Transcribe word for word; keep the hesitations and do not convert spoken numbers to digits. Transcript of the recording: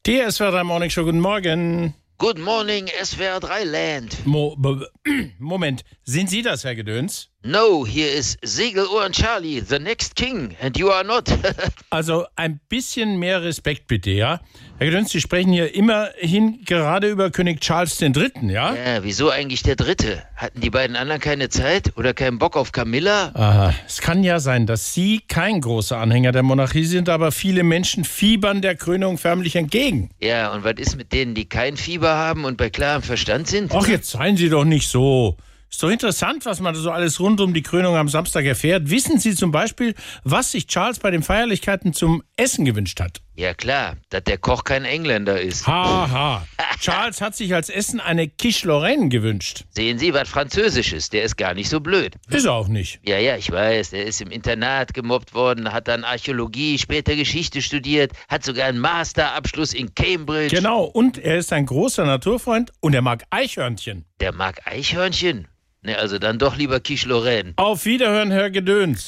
Die S W R drei Morning Show, guten Morgen. Good morning, S W R drei Land. Mo, b- Moment, sind Sie das, Herr Gedöns? No, hier ist Segelohren Charlie, the next king, and you are not. Also ein bisschen mehr Respekt bitte, ja? Herr Gedöns, Sie sprechen hier immerhin gerade über König Charles der Dritte, ja? Ja, wieso eigentlich der Dritte? Hatten die beiden anderen keine Zeit oder keinen Bock auf Camilla? Aha, es kann ja sein, dass Sie kein großer Anhänger der Monarchie sind, aber viele Menschen fiebern der Krönung förmlich entgegen. Ja, und was ist mit denen, die kein Fieber haben und bei klarem Verstand sind? Ach, jetzt seien Sie doch nicht so. Ist doch interessant, was man so alles rund um die Krönung am Samstag erfährt. Wissen Sie zum Beispiel, was sich Charles bei den Feierlichkeiten zum Essen gewünscht hat? Ja klar, dass der Koch kein Engländer ist. Haha. Charles hat sich als Essen eine Quiche Lorraine gewünscht. Sehen Sie, was Französisches, der ist gar nicht so blöd. Ist er auch nicht. Ja, ja, ich weiß, der ist im Internat gemobbt worden, hat dann Archäologie, später Geschichte studiert, hat sogar einen Masterabschluss in Cambridge. Genau, und er ist ein großer Naturfreund und er mag Eichhörnchen. Der mag Eichhörnchen? Ne, also dann doch lieber Quiche Lorraine. Auf Wiederhören, Herr Gedöns.